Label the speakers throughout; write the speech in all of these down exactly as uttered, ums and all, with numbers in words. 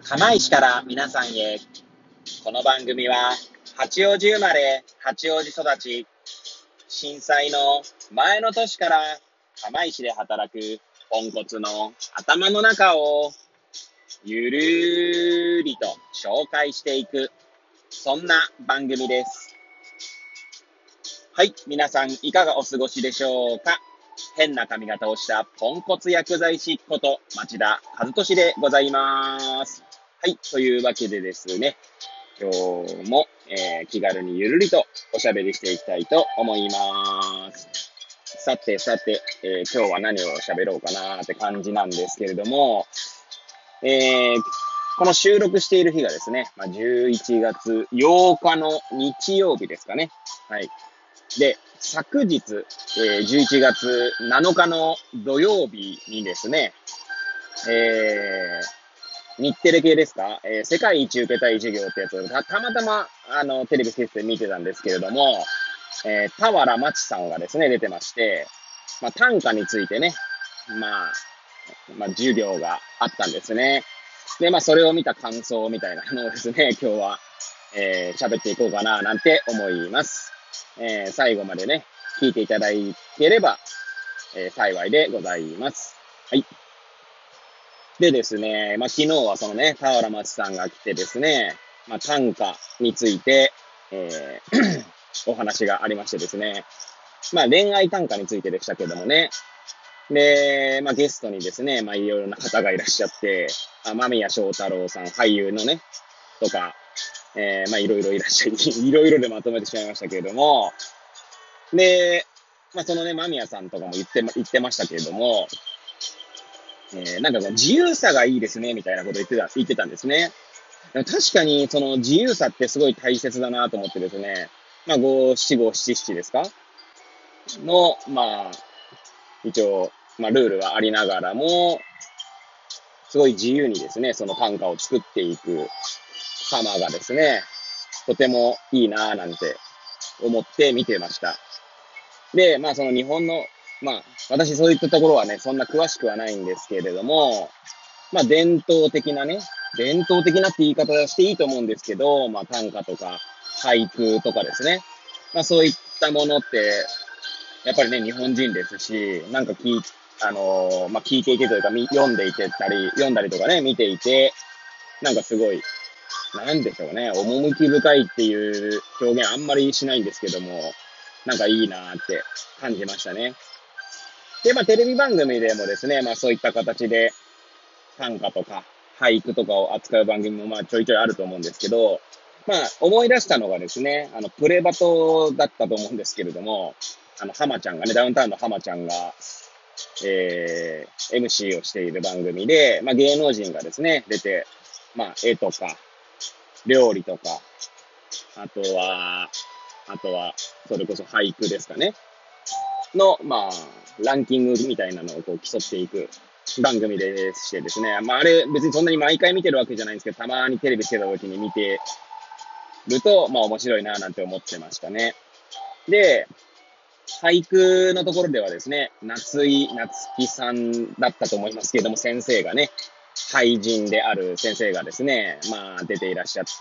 Speaker 1: 釜石から皆さんへ。この番組は八王子生まれ八王子育ち、震災の前の年から釜石で働くポンコツの頭の中をゆるりと紹介していく、そんな番組です。はい、皆さんいかがお過ごしでしょうか。変な髪型をしたポンコツ薬剤師こと町田和俊でございます。はい、というわけでですね、今日も、えー、気軽にゆるりとおしゃべりしていきたいと思います。さてさて、えー、今日は何を喋ろうかなって感じなんですけれども、えー、この収録している日がですね、まあ、じゅういちがつようかの日曜日ですかね。はい。で、昨日、えー、じゅういちがつなのかの土曜日にですね、えー、日テレ系ですか、えー、世界一受けたい授業ってやつをた、たまたま、あの、テレビ設定見てたんですけれども、えー、田原町さんがですね、出てまして、まあ、単価についてね、まあ、まあ、授業があったんですね。で、まあ、それを見た感想みたいなのをですね、今日は、えー、喋っていこうかな、なんて思います。えー、最後までね、聞いていただければ、えー、幸いでございます。はい。でですね、まあ、昨日はそのね、田原町さんが来てですね、まあ、単価について、えー、お話がありましてですね、まあ、恋愛単価についてでしたけどもね、で、まあ、ゲストにですね、まあ、いろいろな方がいらっしゃって、あ間宮祥太朗さん、俳優のね、とか、えー、まあ、いろいろいらっしゃい、いろいろでまとめてしまいましたけれども、で、まあ、そのね、間宮さんとかも言ってま、言ってましたけれども、えー、なんかこう自由さがいいですね、みたいなこと言ってた、言ってたんですね。でも確かに、その自由さってすごい大切だなと思ってですね、まあ、五七五七七ですかの、まあ、一応、まあ、ルールはありながらも、すごい自由にですね、その短歌を作っていく様がですね、とてもいいなぁなんて思って見てました。で、まあその日本の、まあ私そういったところはね、そんな詳しくはないんですけれども、まあ伝統的なね、伝統的なって言い方していいと思うんですけど、まあ短歌とか俳句とかですね、まあそういったものって、やっぱりね、日本人ですし、なんか聞い、あのーまあ聞いていてというか、読んでいてたり、読んだりとかね、見ていて、なんかすごい、なんでしょうね、趣深いっていう表現あんまりしないんですけども、なんかいいなーって感じましたね。で、まあテレビ番組でもですね、まあそういった形で短歌とか俳句とかを扱う番組もまあちょいちょいあると思うんですけど、まあ思い出したのがですね、あのプレバトだったと思うんですけれども、あの浜ちゃんがね、ダウンタウンの浜ちゃんが、えー、エムシー をしている番組で、まあ芸能人がですね、出て、まあ絵とか、料理とか、あとは、あとは、それこそ俳句ですかね。の、まあ、ランキングみたいなのをこう競っていく番組でしてですね。まあ、あれ別にそんなに毎回見てるわけじゃないんですけど、たまにテレビつけた時に見てると、まあ面白いななんて思ってましたね。で、俳句のところではですね、夏井夏樹さんだったと思いますけれども、先生がね、俳人である先生がですね、まあ出ていらっしゃって、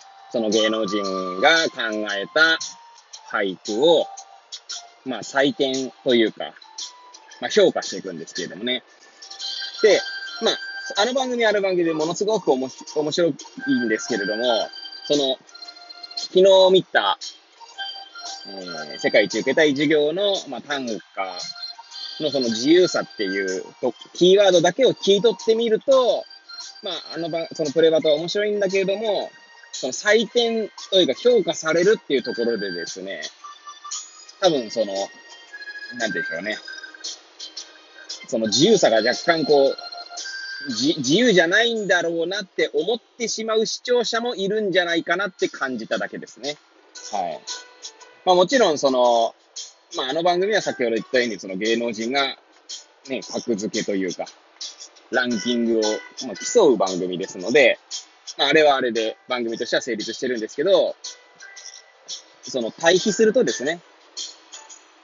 Speaker 1: その芸能人が考えた俳句を、まあ採点というか、まあ評価していくんですけれどもね。で、まあ、あの番組ある番組でものすごく面白いんですけれども、その、昨日見た、えー、世界一受けたい授業の、まあ、単価のその自由さっていうキーワードだけを聞い取ってみると、まあ、あの番、そのプレバトは面白いんだけれども、その採点というか評価されるっていうところでですね、多分その、なんて言うんでしょうね。その自由さが若干こう、じ自由じゃないんだろうなって思ってしまう視聴者もいるんじゃないかなって感じただけですね。はい。まあもちろんその、まああの番組は先ほど言ったようにその芸能人がね、格付けというか、ランキングを、まあ、競う番組ですので、まああれはあれで番組としては成立してるんですけど、その対比するとですね、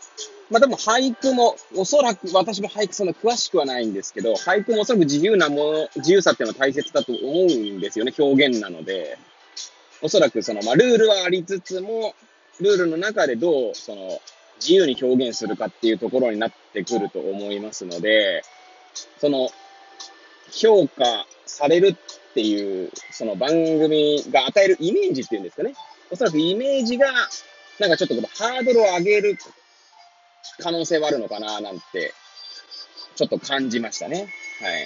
Speaker 1: まあでも俳句も、おそらく、私も俳句そんな詳しくはないんですけど、俳句もおそらく自由なもの、自由さっていうのは大切だと思うんですよね、表現なので。おそらくその、まあルールはありつつも、ルールの中でどう、その、自由に表現するかっていうところになってくると思いますので、その、評価されるっていう、その番組が与えるイメージっていうんですかね。おそらくイメージが、なんかちょっとこのハードルを上げる可能性はあるのかななんて、ちょっと感じましたね。はい。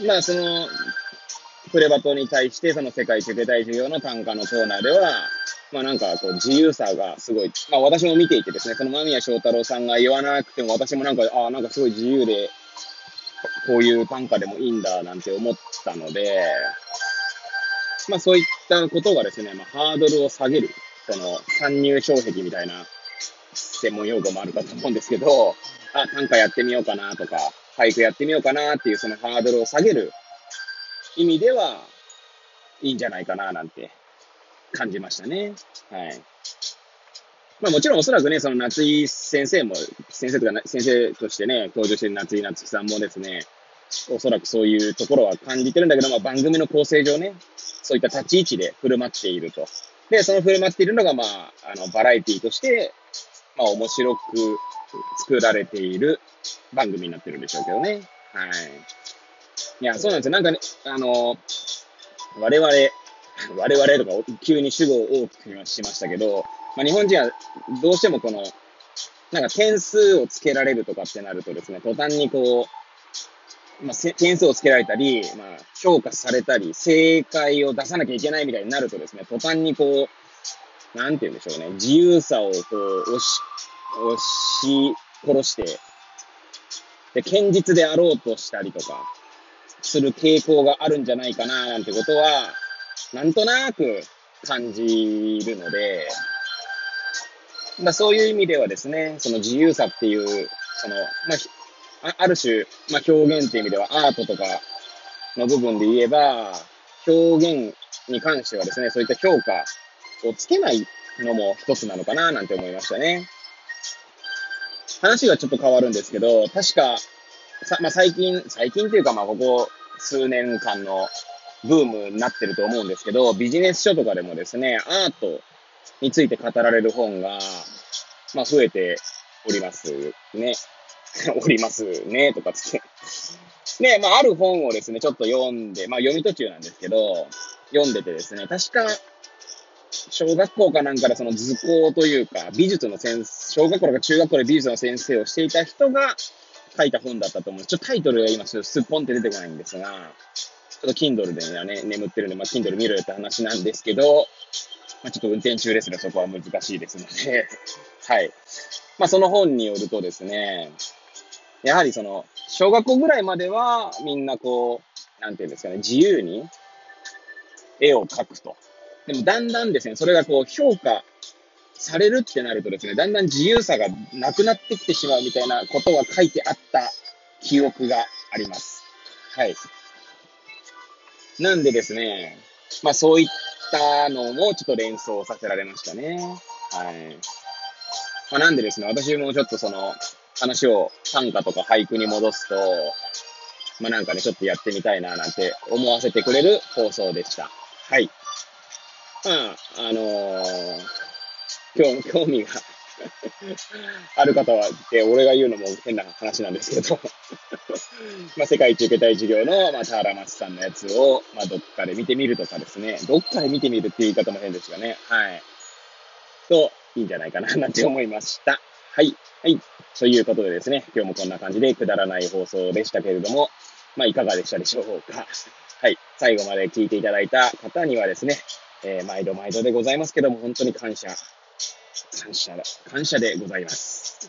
Speaker 1: まあ、その、プレバトに対して、その世界受けたい授業の単価のコーナーでは、まあなんかこう自由さがすごい、まあ私も見ていてですね、その間宮祥太朗さんが言わなくても私もなんか、ああ、なんかすごい自由で、こういう単価でもいいんだなんて思ったので、まあそういったことがですね、まあハードルを下げる、その参入障壁みたいな専門用語もあるかと思うんですけど、あ、短歌やってみようかなとか、俳句やってみようかなっていうそのハードルを下げる意味では、いいんじゃないかななんて感じましたね。はい。まあもちろんおそらくね、その夏井先生も、先生とか先生としてね、登場してる夏井夏樹さんもですね、おそらくそういうところは感じてるんだけど、まあ番組の構成上ね、そういった立ち位置で振る舞っていると。で、その振る舞っているのが、まあ、あの、バラエティとして、まあ面白く作られている番組になってるんでしょうけどね。はい。いや、そうなんですよ。なんかね、あの、我々、我々とか急に主語を多くしましたけど、まあ、日本人はどうしてもこの、なんか点数をつけられるとかってなるとですね、途端にこう、まあ、点数をつけられたり、まあ、評価されたり、正解を出さなきゃいけないみたいになるとですね、途端にこう、なんて言うんでしょうね、自由さをこう、押し、押し殺して、で、堅実であろうとしたりとか、する傾向があるんじゃないかな、なんてことは、なんとなく感じるので、だそういう意味ではですね、その自由さっていう、その、まあ、ある種、まあ、表現っていう意味ではアートとかの部分で言えば、表現に関してはですね、そういった評価をつけないのも一つなのかななんて思いましたね。話がちょっと変わるんですけど、確か、さまあ、最近、最近というか、まあ、ここ数年間のブームになってると思うんですけど、ビジネス書とかでもですね、アートについて語られる本が、まあ、増えておりますね。おりますね、とかつって。で、まあ、ある本をですね、ちょっと読んで、まあ、読み途中なんですけど、読んでてですね、確か、小学校かなんかでその図工というか、美術の先生、小学校とか中学校で美術の先生をしていた人が書いた本だったと思うんです。ちょっとタイトルが今すっぽんって出てこないんですが、ちょっと Kindle でね、眠ってるんで、まあ、Kindle 見ろよって話なんですけど、まあ、ちょっと運転中ですね、そこは難しいですので、はい。まあ、その本によるとですね、やはりその、小学校ぐらいまでは、みんなこう、なんていうんですかね、自由に絵を描くと。でも、だんだんですね、それがこう、評価されるってなるとですね、だんだん自由さがなくなってきてしまうみたいなことが書いてあった記憶があります。はい。なんでですね、まあそういったのもちょっと連想させられましたね。はい。まあなんでですね、私もちょっとその話を短歌とか俳句に戻すと、まあなんかね、ちょっとやってみたいななんて思わせてくれる放送でした。はい。まあ、あのー、興興味がある方は、で、俺が言うのも変な話なんですけどまあ、世界一受けたい授業の、まあ、田原町さんのやつを、まあ、どっかで見てみるとかですね。どっかで見てみるっていう言い方も変ですがね。はい。と、いいんじゃないかな、なんて思いました。はい。はい。ということでですね、今日もこんな感じでくだらない放送でしたけれども、まあ、いかがでしたでしょうか。はい。最後まで聞いていただいた方にはですね、えー、毎度毎度でございますけども、本当に感謝、感謝、感謝でございます。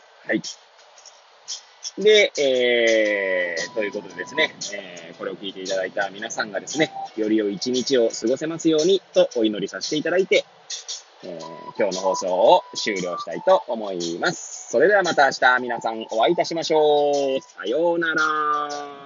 Speaker 1: はい。で、えー、ということでですね、えー、これを聞いていただいた皆さんがですね、より良い一日を過ごせますようにとお祈りさせていただいて、えー、今日の放送を終了したいと思います。それではまた明日皆さんお会いいたしましょう。さようなら。